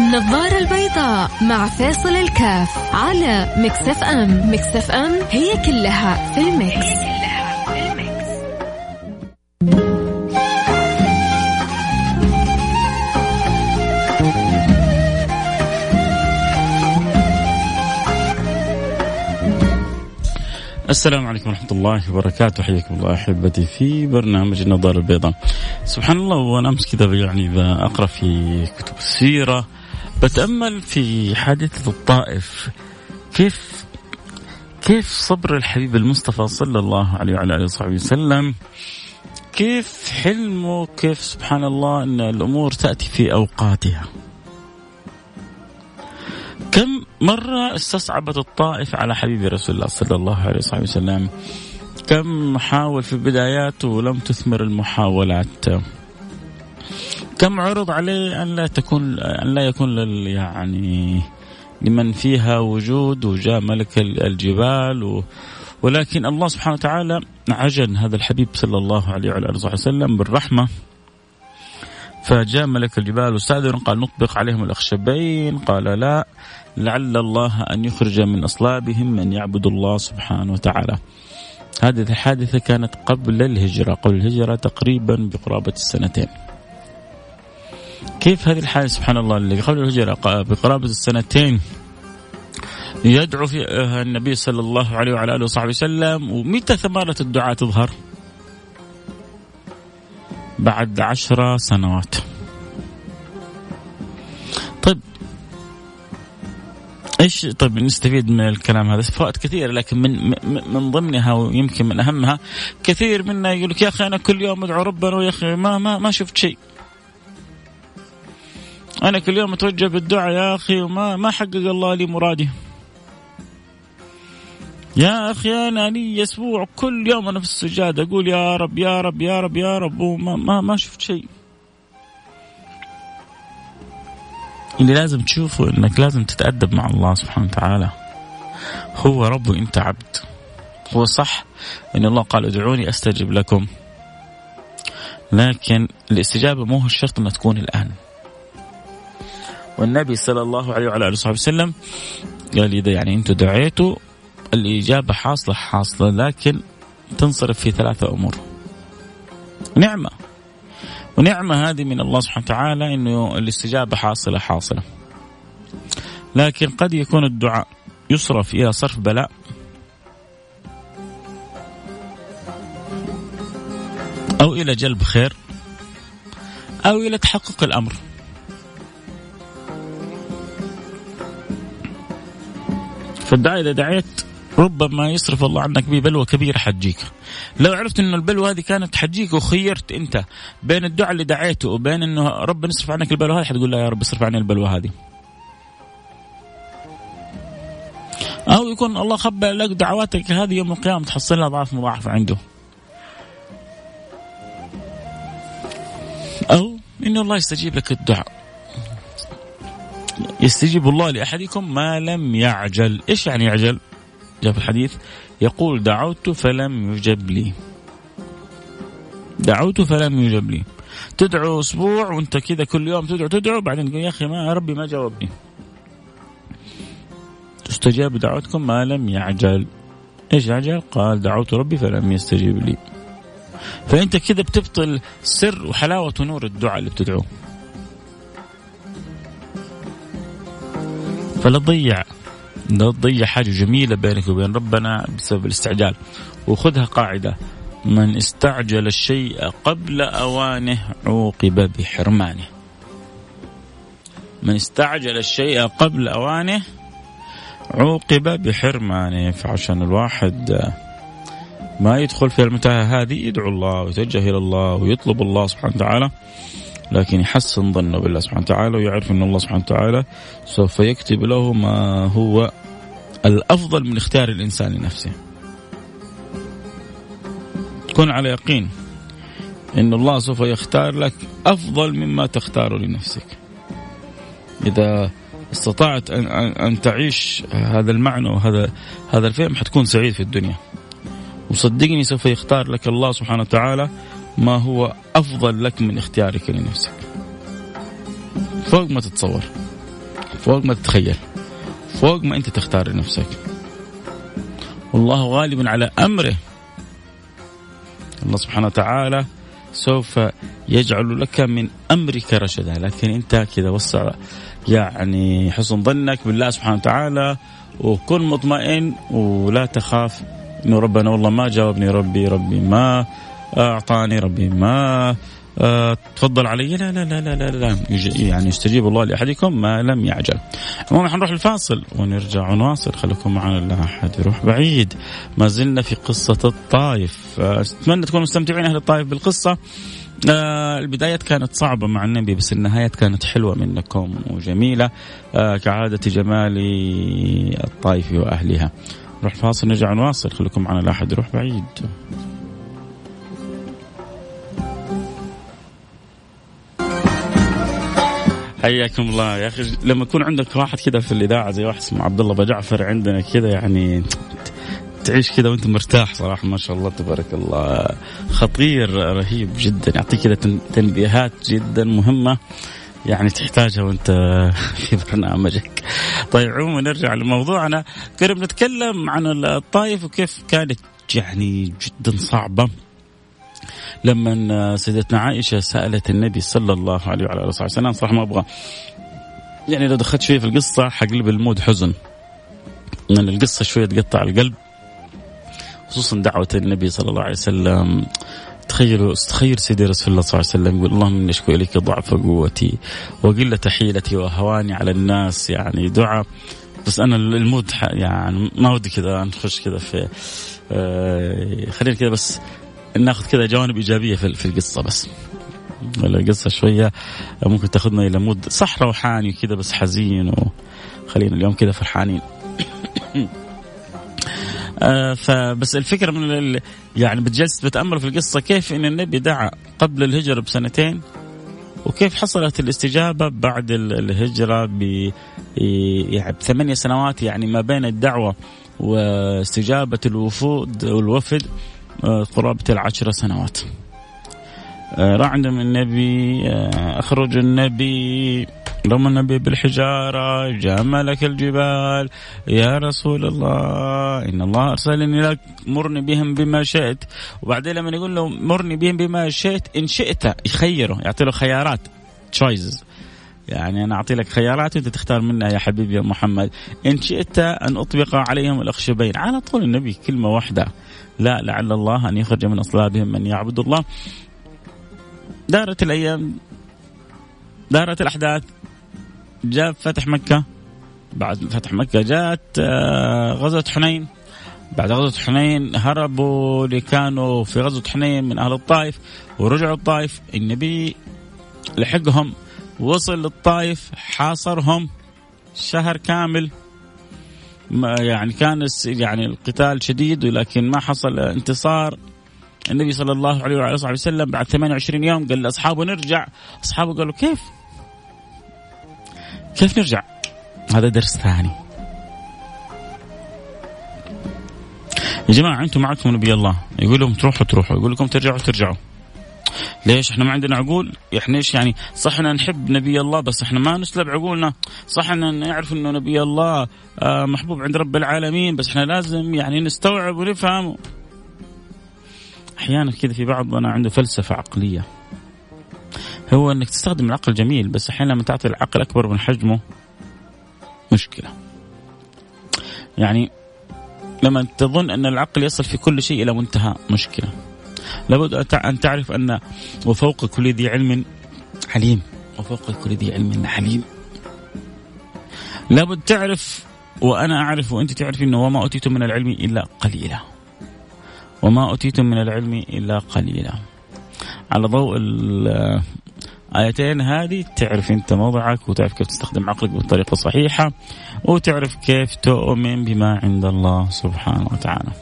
النظارة البيضاء مع فاصل الكاف على ميكس اف ام. ميكس اف ام هي كلها في الميكس. السلام عليكم ورحمة الله وبركاته. حياكم الله أحبتي في برنامج النظارة البيضاء. سبحان الله، وأنا أمس كذا يعني إذا أقرأ في كتب السيرة بتأمل في حادثة الطائف، كيف صبر الحبيب المصطفى صلى الله عليه وعلى آله وصحبه وسلم، كيف حلمه، كيف سبحان الله أن الأمور تأتي في أوقاتها. كم مرة استصعبت الطائف على حبيب رسول الله صلى الله عليه وسلم، كم حاول في بداياته ولم تثمر المحاولات، كم عرض عليه أن لا يكون يعني لمن فيها وجود، وجاء ملك الجبال ولكن الله سبحانه وتعالى عجن هذا الحبيب صلى الله عليه وعلى آله وسلم بالرحمة، فجاء ملك الجبال واستأذن قال نطبق عليهم الأخشبين، قال لا، لعل الله أن يخرج من أصلابهم من يعبد الله سبحانه وتعالى. هذه الحادثة كانت قبل الهجرة تقريبا بقرابة السنتين. كيف هذه الحادثة سبحان الله اللي قبل الهجرة بقرابة السنتين يدعو فيها النبي صلى الله عليه وعلى آله وصحبه وسلم، ومتى ثمرة الدعاء تظهر؟ بعد 10 سنوات. طيب نستفيد من الكلام هذا فوائد كثيرة، لكن من ضمنها ويمكن من أهمها كثير منا يقول لك يا أخي أنا كل يوم أدعو ربنا ويا أخي ما شفت شيء، أنا كل يوم أتوجه بالدعاء يا أخي وما حقق الله لي مرادي، يا أخي أنا لي أسبوع كل يوم أنا في السجادة أقول يا رب يا رب يا رب يا رب وما شفت شيء. اللي لازم تشوفه إنك لازم تتأدب مع الله سبحانه وتعالى، هو رب وإنت عبد. هو صح إن الله قال ادعوني أستجب لكم، لكن الاستجابة مو هو الشرط أن تكون الآن. والنبي صلى الله عليه وعلى آله وصحبه وسلم قال إذا يعني أنتوا دعيتوا الإجابة حاصلة، لكن تنصرف في 3 أمور. ونعمة هذه من الله سبحانه وتعالى إنه الاستجابة حاصلة، لكن قد يكون الدعاء يصرف إلى صرف بلاء، أو إلى جلب خير، أو إلى تحقق الأمر. فالدعاء إذا دعيت ربما يصرف الله عنك ببلوى كبيرة حجيك. لو عرفت أن البلوى هذه كانت حجيك وخيرت أنت بين الدعاء اللي دعيته وبين أنه رب يصرف عنك البلوى هذه، حتقول لا يا رب يصرف عني البلوى هذه. أو يكون الله خبأ لك دعواتك هذه يوم القيامة تحصلها أضعاف مضاعفة عنده. أو إن الله يستجيب لك الدعاء. يستجيب الله لأحدكم ما لم يعجل. إيش يعني يعجل؟ جاء في الحديث يقول دعوت فلم يجب لي، دعوت فلم يجب لي. تدعو أسبوع وانت كذا كل يوم تدعو بعدين تقول يا أخي ما ربي ما جاوبني. تستجاب دعوتكم ما لم يعجل. إيش يعجل؟ قال دعوت ربي فلم يستجيب لي. فأنت كذا بتبطل سر وحلاوة ونور الدعاء اللي بتدعوه. فلا تضيع حاجة جميلة بينك وبين ربنا بسبب الاستعجال. وخذها قاعدة: من استعجل الشيء قبل أوانه عوقب بحرمانه. من استعجل الشيء قبل أوانه عوقب بحرمانه. فعشان الواحد ما يدخل في المتاهة هذه يدعو الله ويتوجه إلى الله ويطلب الله سبحانه وتعالى، لكن يحسن ظنه بالله سبحانه وتعالى ويعرف أن الله سبحانه وتعالى سوف يكتب له ما هو الأفضل من اختيار الإنسان لنفسه. كن على يقين أن الله سوف يختار لك أفضل مما تختار لنفسك. إذا استطعت أن تعيش هذا المعنى وهذا الفهم حتكون سعيد في الدنيا، وصدقني سوف يختار لك الله سبحانه وتعالى ما هو أفضل لك من اختيارك لنفسك فوق ما تتصور. فوق ما تتخيل، فوق ما أنت تختار نفسك. والله غالب على أمره. الله سبحانه وتعالى سوف يجعل لك من أمرك رشدا، لكن أنت كذا وسع يعني حسن ظنك بالله سبحانه وتعالى، وكن مطمئن ولا تخاف إنه ربنا والله ما جاوبني، ربي ما أعطاني، ربي ما تفضل علي. لا لا لا لا لا, لا. يعني يستجيب الله لأحدكم ما لم يعجل. المهم حنروح الفاصل ونرجع ونواصل. خليكم معنا، لا أحد يروح بعيد. ما زلنا في قصة الطائف. أتمنى تكونوا مستمتعين أهل الطائف بالقصة. البدايات كانت صعبة مع النبي، بس النهايات كانت حلوة منكم وجميلة كعادة جمال الطائف وأهلها. نروح الفاصل نرجع نواصل. خليكم معنا، لا أحد يروح بعيد. حياكم الله يا أخي. لما يكون عندك واحد كذا في الإذاعة زي واحد اسمه عبد الله بجعفر عندنا كذا، يعني تعيش كذا وانت مرتاح صراحة. ما شاء الله تبارك الله، خطير رهيب جدا، يعطيك كذا تنبيهات جدا مهمة يعني تحتاجها وانت في برنامجك. طيب عموما نرجع لموضوعنا. كنا بنتكلم عن الطائف وكيف كانت يعني جدا صعبة لما سيدتنا عائشة سألت النبي صلى الله عليه وعلى آله وسلم. صراحة ما أبغى يعني لو دخلت شوية في القصة حقلب المود حزن، لأن القصة شوية تقطع القلب، خصوصا دعوة النبي صلى الله عليه وسلم. تخيل سيدي رسول الله صلى الله عليه وسلم يقول اللهم إني أشكو إليك ضعف قوتي وقلة حيلتي وهواني على الناس. يعني دعاء، بس أنا المود يعني ما ودي كذا نخش كذا في خلينا كذا بس ناخذ كذا جوانب إيجابية في القصة. بس القصة شوية ممكن تاخذنا إلى مود صح روحاني كذا بس حزين، وخلينا اليوم كذا فرحانين. فبس الفكرة من يعني بتجلس بتأمل في القصة كيف إن النبي دعا قبل الهجرة بسنتين، وكيف حصلت الاستجابة بعد الهجرة يعني ب8 سنوات، يعني ما بين الدعوة واستجابة الوفود والوفد قرابة 10 سنوات. راح عندما النبي أخرج النبي رمى النبي بالحجارة، جاء ملك الجبال يا رسول الله إن الله أرسلني لك مرني بهم بما شئت. وبعدين لما يقول له مرني بهم بما شئت، إن شئت يخيره، يعطي له خيارات choices، يعني أنا أعطي لك خيارات وأنت تختار منها يا حبيبي يا محمد. إن شئت أن أطبق عليهم الأخشبين، على طول النبي كلمة واحدة، لا لعل الله أن يخرج من أصلابهم من يعبد الله. دارت الأيام، دارت الأحداث، جاء فتح مكة. بعد فتح مكة جاءت غزوة حنين. بعد غزوة حنين هربوا اللي كانوا في غزوة حنين من أهل الطائف ورجعوا الطائف. النبي لحقهم، وصل للطائف، حاصرهم شهر كامل. يعني كان يعني القتال شديد ولكن ما حصل انتصار. النبي صلى الله عليه وعلى آله وسلم بعد 28 يوم قال لأصحابه نرجع. أصحابه قالوا كيف نرجع؟ هذا درس ثاني يا جماعة. أنتم معكم نبي الله، يقول لهم تروحوا، يقول لكم ترجعوا. ليش؟ احنا ما عندنا عقول؟ احنا ايش يعني؟ صح احنا نحب نبي الله بس احنا ما نسلب عقولنا. صح احنا نعرف انه نبي الله محبوب عند رب العالمين، بس احنا لازم يعني نستوعب ونفهم. احيانا كذا في بعضنا عنده فلسفة عقلية، هو انك تستخدم العقل جميل، بس احيانا لما تعطي العقل اكبر من حجمه مشكلة. يعني لما تظن ان العقل يصل في كل شيء الى منتهى مشكلة. لابد أن تعرف أن وفوق كل ذي علم عليم، وفوق كل ذي علم عليم. لابد تعرف وأنا أعرف وأنت تعرف أنه وما أوتيتم من العلم إلا قليلا، وما أوتيتم من العلم إلا قليلا. على ضوء الآيتين هذه تعرف أنت موضعك، وتعرف كيف تستخدم عقلك بالطريقة الصحيحة، وتعرف كيف تؤمن بما عند الله سبحانه وتعالى.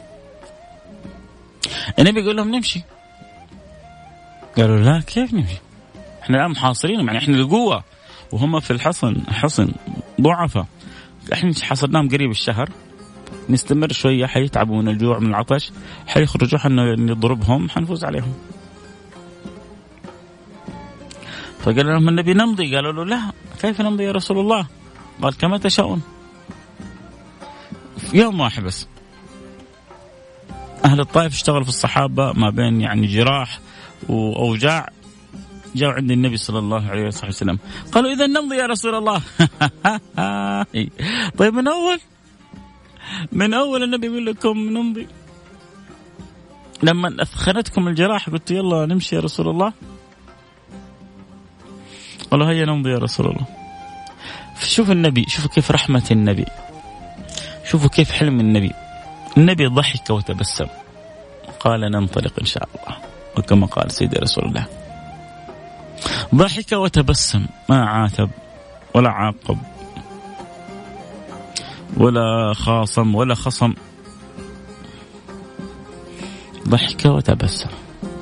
النبي يقول لهم نمشي، قالوا لا كيف نمشي؟ احنا الآن محاصرين، يعني احنا القوة وهم في حصن ضعفة. احنا حصرناهم قريب الشهر، نستمر شوية حيتعبوا من الجوع من العطش، حيخرجوا نضربهم حنفوز عليهم. فقال لهم النبي نمضي، قالوا له لا كيف نمضي يا رسول الله؟ قال كما تشاءون. في يوم واحد بس أهل الطائف اشتغلوا في الصحابة ما بين يعني جراح وأوجاع، جاءوا عند النبي صلى الله عليه وسلم قالوا إذا نمضي يا رسول الله. طيب من أول النبي يقول لكم نمضي، لما أثخنتكم الجراح قلت يلا نمشي يا رسول الله، قالوا هيا نمضي يا رسول الله. شوف النبي، شوفوا كيف رحمة النبي، شوفوا كيف حلم النبي. النبي ضحك وتبسم قال ننطلق إن شاء الله، وكما قال سيدي رسول الله ضحك وتبسم، ما عاتب ولا عاقب ولا خاصم ولا خصم، ضحك وتبسم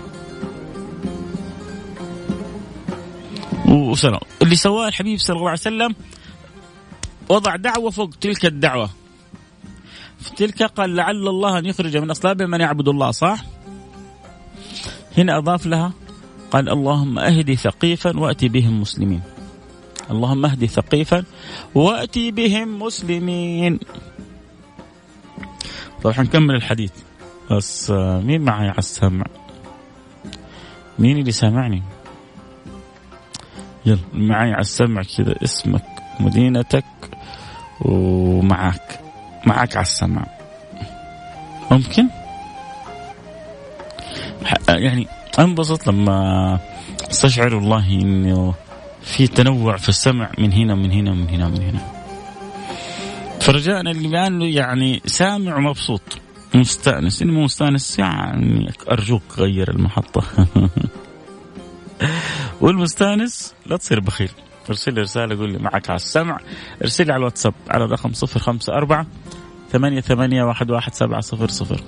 وسلام. اللي سواه الحبيب صلى الله عليه وسلم وضع دعوة فوق تلك الدعوة، في تلك قال لعل الله أن يخرج من أصلاب من يعبد الله، صح؟ هنا أضاف لها قال اللهم أهدي ثقيفا وأتي بهم مسلمين، اللهم أهدي ثقيفا وأتي بهم مسلمين. طبعا نكمل الحديث، بس مين معي على السمع؟ مين اللي سامعني؟ يلا معي على السمع كذا، اسمك مدينتك ومعك على السمع. ممكن يعني انبسط لما استشعر والله انه في تنوع في السمع من هنا ومن هنا ومن هنا ومن هنا. فرجاءنا اللي بيان يعني سامع ومبسوط مستأنس، إنه مستأنس يعني أرجوك غير المحطة. والمستأنس لا تصير بخيل، ارسل لي رسالة قول لي معك على السمع، ارسل لي على الواتساب على الرقم 054-88-11700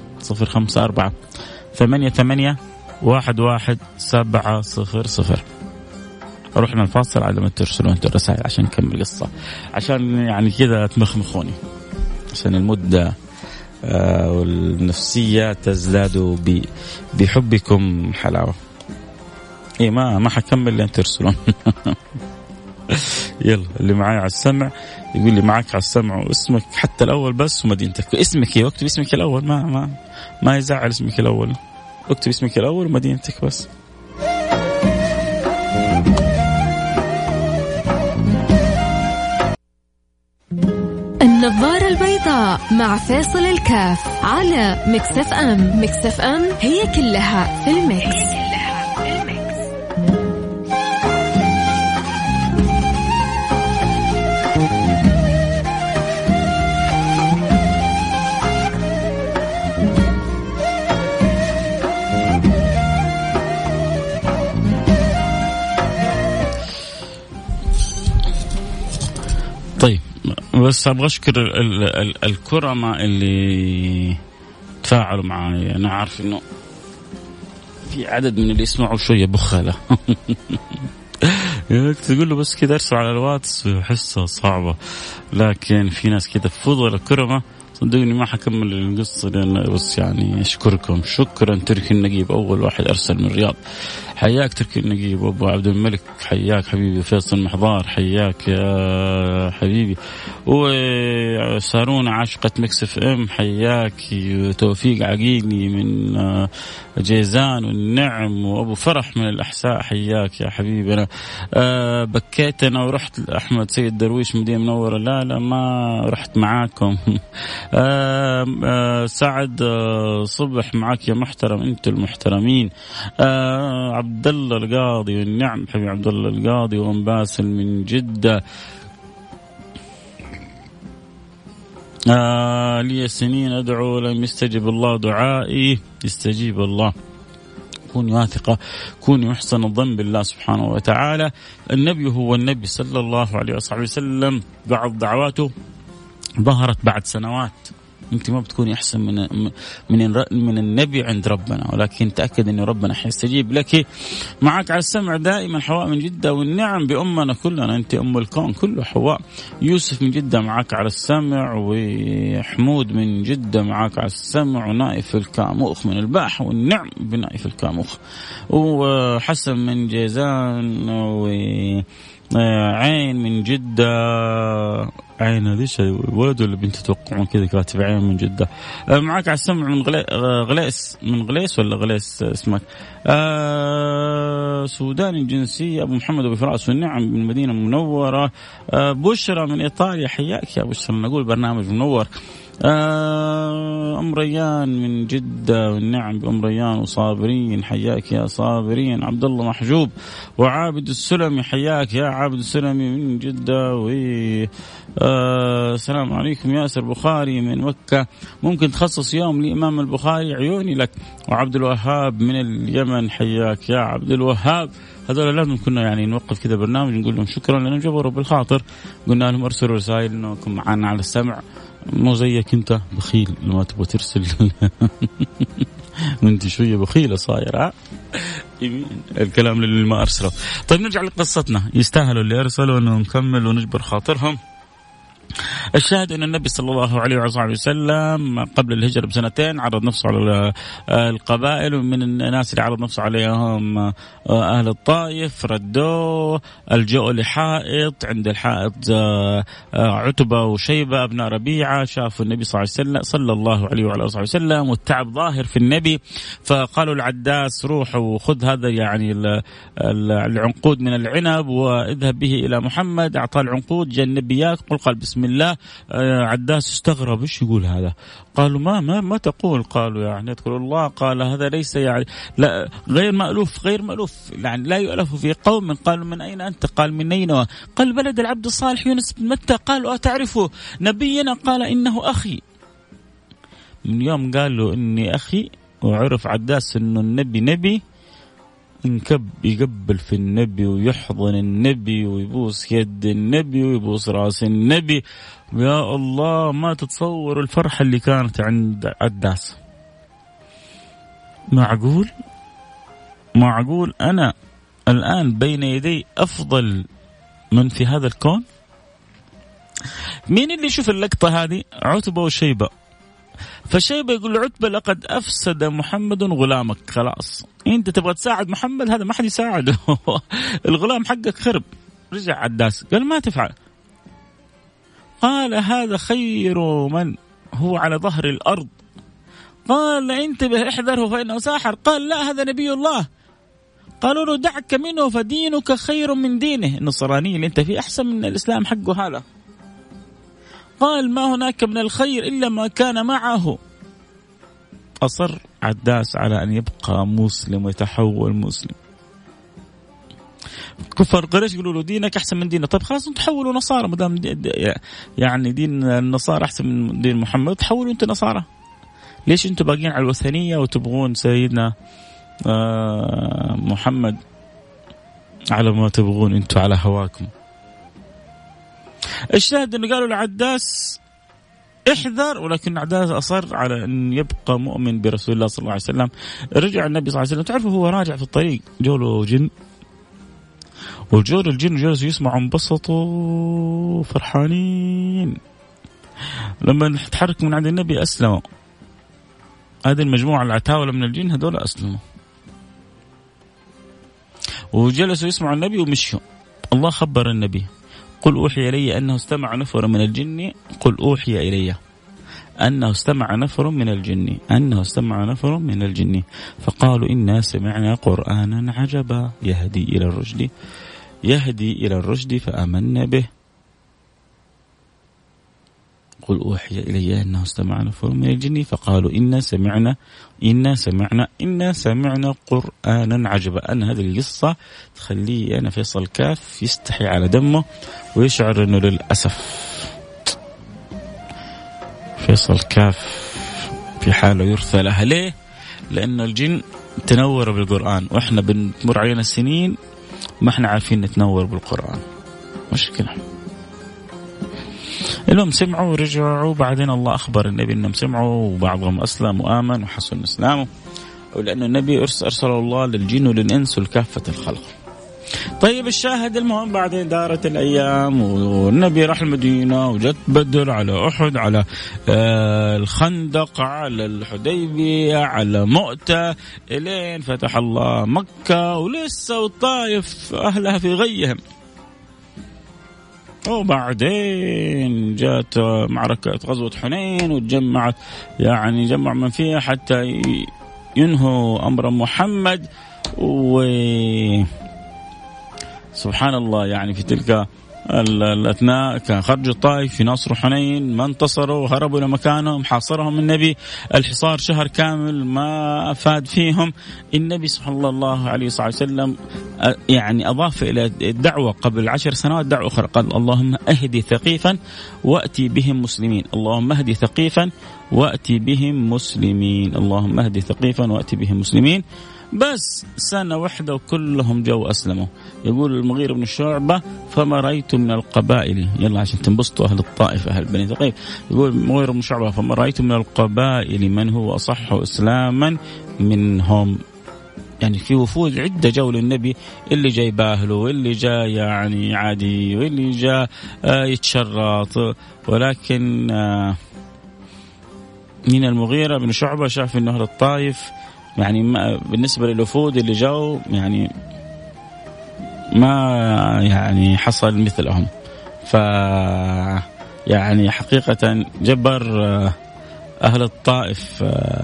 054-88-11700. روحنا الفاصل على ما ترسلوا انتوا الرسائل عشان نكمل قصة، عشان يعني كذا تمخمخوني، عشان المدة والنفسية تزداد بحبكم حلاوة. إيه ما حكمل لين ترسلون. يلا اللي معاي على السمع يقول لي معك على السمع واسمك حتى الأول بس ومدينتك. اسمك ايه؟ اكتب اسمك الأول، ما يزعل اسمك الأول، اكتب اسمك الأول ومدينتك بس. النظارة البيضاء مع فاصل الكاف على ميكس اف ام. ميكس اف ام هي كلها في الميكس. طيب بس أبغى أشكر الكرماء اللي تفاعلوا معي. أنا عارف إنه في عدد من اللي يسمعوا شوية بخلة. تقول له بس كده ارسل على الواتس حصة صعبة، لكن في ناس كده فضل الكرماء. صدقوني ما حكمل القصة لأن بس يعني أشكركم. شكرا تركي النقيب، أول واحد أرسل من الرياض، حياك تركي النقيب. أبو عبد الملك حياك حبيبي. فيصل محضار حياك يا حبيبي. وسارون عاشقة ميكس اف ام حياك. توفيق عقيلي من جيزان والنعم، وأبو فرح من الأحساء حياك يا حبيبي. أنا بكيت أنا ورحت أحمد سيد درويش مدينة منورة. لا ما رحت معاكم. سعد صبح معك يا محترم، أنتوا المحترمين. عبد الله القاضي والنعم حبيبي عبد الله القاضي. وأم باسل من جدة. لي سنين أدعو لم يستجب الله دعائي، يستجيب الله. كوني واثقة، كوني محسن الظن بالله سبحانه وتعالى. النبي هو النبي صلى الله عليه وسلم، بعض دعواته ظهرت بعد سنوات. انت ما بتكوني احسن من النبي عند ربنا، ولكن تاكد انه ربنا حيستجيب لك. معك على السمع دائما حواء من جده، والنعم بامنا كلنا، انت ام الكون كله حواء. يوسف من جده معك على السمع، وحمود من جده معك على السمع، ونائف الكاموخ من الباحه، والنعم بنائف الكاموخ، وحسن من جيزان، و عين من جدة. عين هذه ولد ولا بنت تتوقعون كذا كاتب عين من جدة. معك على السمع من غليس، من غليس ولا غليس اسمك. سوداني الجنسية أبو محمد أبو فراس والنعم من المدينة المنورة. بشرى من إيطاليا، حياك يا بشرى، نقول برنامج منور. أم ريان من جدة والنعم بأم ريان وصابرين، حياك يا صابرين. عبد الله محجوب وعابد السلمي، حياك يا عابد السلمي من جدة. السلام عليكم. ياسر بخاري من مكة، ممكن تخصص يوم لإمام البخاري؟ عيوني لك. وعبد الوهاب من اليمن، حياك يا عبد الوهاب. هذول لازم كنا يعني نوقف كذا برنامج نقول لهم شكرا لأنهم جبروا بالخاطر. قلنا لهم ارسلوا رسائل انكم معنا على السمع، مو زيك انت بخيل لما تبغى ترسل. وانت شويه بخيله صايره. الكلام للي ما ارسلوا. طيب نرجع لقصتنا، يستاهلوا اللي ارسلوا انه نكمل ونجبر خاطرهم. الشاهد أن النبي صلى الله عليه وسلم قبل الهجرة بسنتين عرض نفسه على القبائل، ومن الناس اللي عرض نفسه عليهم أهل الطائف، ردوه الجوء لحائط. عند الحائط عتبة وشيبة ابن ربيعة شافوا النبي صلى الله عليه وسلم والتعب ظاهر في النبي، فقالوا العداس روح وخذ هذا يعني العنقود من العنب واذهب به إلى محمد. أعطاه العنقود، جاء النبي يأكل قال بسم الله. عداس استغرب، ايش يقول هذا؟ قالوا ما تقول؟ قالوا يعني يذكر الله. قال هذا ليس يعني لا غير مألوف يعني لا يؤلف في قوم. قالوا من أين أنت؟ قال من نينوى. قال بلد العبد الصالح يونس بن متى. قالوا أتعرفه نبينا؟ قال إنه أخي. من يوم قالوا إني أخي وعرف عداس إنه النبي نبي، انكب يقبل في النبي ويحضن النبي ويبوس يد النبي ويبوس راس النبي. يا الله ما تتصور الفرحة اللي كانت عند عداس. معقول أنا الآن بين يدي أفضل من في هذا الكون؟ مين اللي يشوف اللقطة هذه؟ عتبة وشيبة. فشيبة يقول عتبة لقد أفسد محمد غلامك. خلاص أنت تبغى تساعد محمد، هذا ما حد يساعده. الغلام حقك خرب. رجع عداس قال ما تفعل. قال هذا خير من هو على ظهر الأرض. قال انتبه احذره فإنه ساحر. قال لا هذا نبي الله. قالوا له دعك منه فدينك خير من دينه. النصرانية اللي انت فيه أحسن من الإسلام حقه هذا. قال ما هناك من الخير إلا ما كان معه. أصر عداس على أن يبقى مسلم ويتحول مسلم. كفر قريش يقولوا له دينك أحسن من دينه. طيب خلاص تحولوا نصارى، مدام يعني دين النصارى أحسن من دين محمد، تحولوا أنت نصارى. ليش أنتوا باقين على الوثنية وتبغون سيدنا محمد على ما تبغون أنتوا على هواكم؟ الشاهد أنه قالوا لعداس احذر، ولكن عداس أصر على أن يبقى مؤمن برسول الله صلى الله عليه وسلم. رجع النبي صلى الله عليه وسلم، تعرفوا هو راجع في الطريق جوله جن، وجول الجن جلسوا يسمعوا انبسطوا فرحانين. لما تحرك من عند النبي أسلموا. هذه المجموعة العتاولة من الجن هذول أسلموا وجلسوا يسمعوا النبي ومشوا. الله خبر النبي قل أوحي إلي أنه استمع نفر من الجن. قل أوحي إلي أنه استمع نفر من الجن فقالوا إنا سمعنا قرآنا عجبا يهدي إلى الرشد فآمنا به. قل أوحي إلي أنه استمع نفر من الجن فقالوا إنا سمعنا قرآنا عجبا. أنا هذه القصة تخليه أنا فيصل كاف يستحي على دمه ويشعر أنه للأسف فيصل كاف في حاله يرثى لها. ليه؟ لأنه الجن تنور بالقرآن وإحنا بنمر علينا السنين ما إحنا عارفين نتنور بالقرآن. مشكلة. المهم سمعوا ورجعوا. بعدين الله أخبر النبي أنهم سمعوا وبعضهم أسلم وآمن وحسن إسلامه، ولأن النبي أرسل الله للجن وللإنس ولكافة الخلق. طيب الشاهد المهم بعدين دارت الأيام والنبي راح المدينة وجت بدر على أحد على الخندق على الحديبية على مؤتة إلين فتح الله مكة ولسه والطائف أهلها في غيهم. وبعدين جاءت معركة غزوة حنين وتجمعت يعني جمع من فيها حتى ينهوا أمر محمد. وسبحان الله يعني في تلك الأثناء كان خرجوا الطائف في نصر حنين، ما انتصروا، هربوا إلى مكانهم، حاصرهم النبي الحصار شهر كامل ما أفاد فيهم. النبي صلى الله عليه وسلم يعني أضاف إلى الدعوة قبل 10 سنوات دعوة أخرى، قال اللهم أهدي ثقيفا وأتي بهم مسلمين، اللهم أهدي ثقيفا وأتي بهم مسلمين، اللهم أهدي ثقيفا وأتي بهم مسلمين. بس سنة واحدة وكلهم جو أسلموا. يقول المغيرة بن شعبة فما رأيت من القبائل، يلا عشان تنبسطوا أهل الطائف أهل بني ثقيف، يقول المغيرة بن شعبة فما رأيت من القبائل من هو أصح إسلاما منهم. يعني في وفود عدة جو للنبي، اللي جاي باهله واللي جاي يعني عادي واللي جاي يتشرط، ولكن من المغيرة بن شعبة شاف إنه أهل الطائف يعني بالنسبة للوفود اللي جاوا يعني ما يعني حصل مثلهم، يعني حقيقة جبر أهل الطائف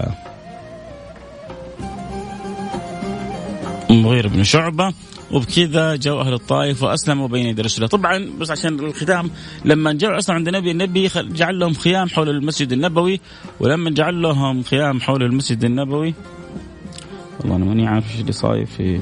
المغيرة بن شعبة، وبكذا جاءوا أهل الطائف وأسلموا بين يدي رسول الله. طبعا بس عشان الختام، لما جاءوا أسلموا عند النبي جعل لهم خيام حول المسجد النبوي، ولما جعل لهم خيام حول المسجد النبوي والله أنا ماني عارف إيش اللي صاير في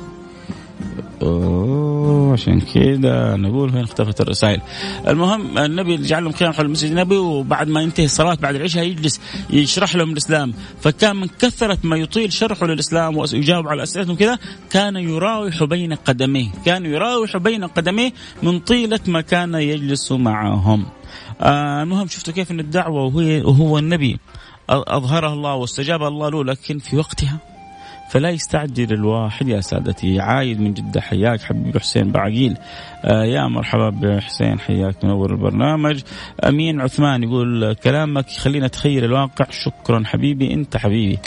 عشان كده نقول وين اختفت الرسائل. المهم النبي جعل لهم خيام حول المسجد النبوي، وبعد ما ينتهي الصلاة بعد العشاء يجلس يشرح لهم الإسلام، فكان من كثرة ما يطيل شرحه للإسلام ويجاوب على أسئلتهم كذا كان يراوح بين قدميه، كان يراوح بين قدميه من طيلة ما كان يجلس معهم. المهم شفتوا كيف أن الدعوة وهو النبي أظهرها الله واستجاب الله له، لكن في وقتها. فلا يستعجل الواحد يا سادتي. عايد من جدة حياك حبيبي حسين بعقيل، يا مرحبا بحسين حياك منور البرنامج. أمين عثمان يقول كلامك خلينا نتخيل الواقع، شكرا حبيبي أنت حبيبي،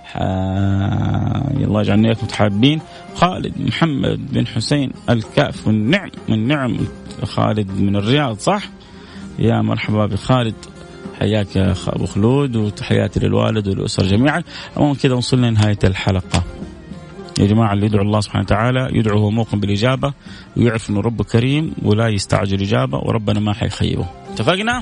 الله يجعلنا إياكم متحابين. خالد محمد بن حسين الكاف من نعم خالد من الرياض صح، يا مرحبا بخالد حياك يا أبو خلود، وتحياتي للوالد والأسر جميعا. أمام كذا وصلنا لنهاية الحلقة يا جماعة. اللي يدعو الله سبحانه وتعالى يدعو هو موقن بالإجابة، ويعرف أنه رب كريم ولا يستعجل إجابة، وربنا ما حيخيبه. اتفقنا؟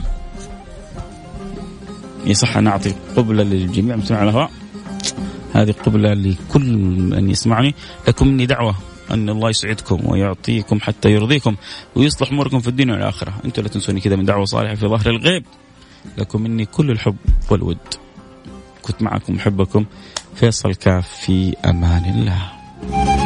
يصح أن نعطي قبلة للجميع مسمع على الهواء، هذه قبلة لكل من يسمعني. لكم مني دعوة أن الله يسعدكم ويعطيكم حتى يرضيكم ويصلح أموركم في الدين والآخرة. أنتم لا تنسوني كذا من دعوة صالحة في ظهر الغيب. لكم مني كل الحب والود. كنت معكم محبكم فيصل كاف، في أمان الله.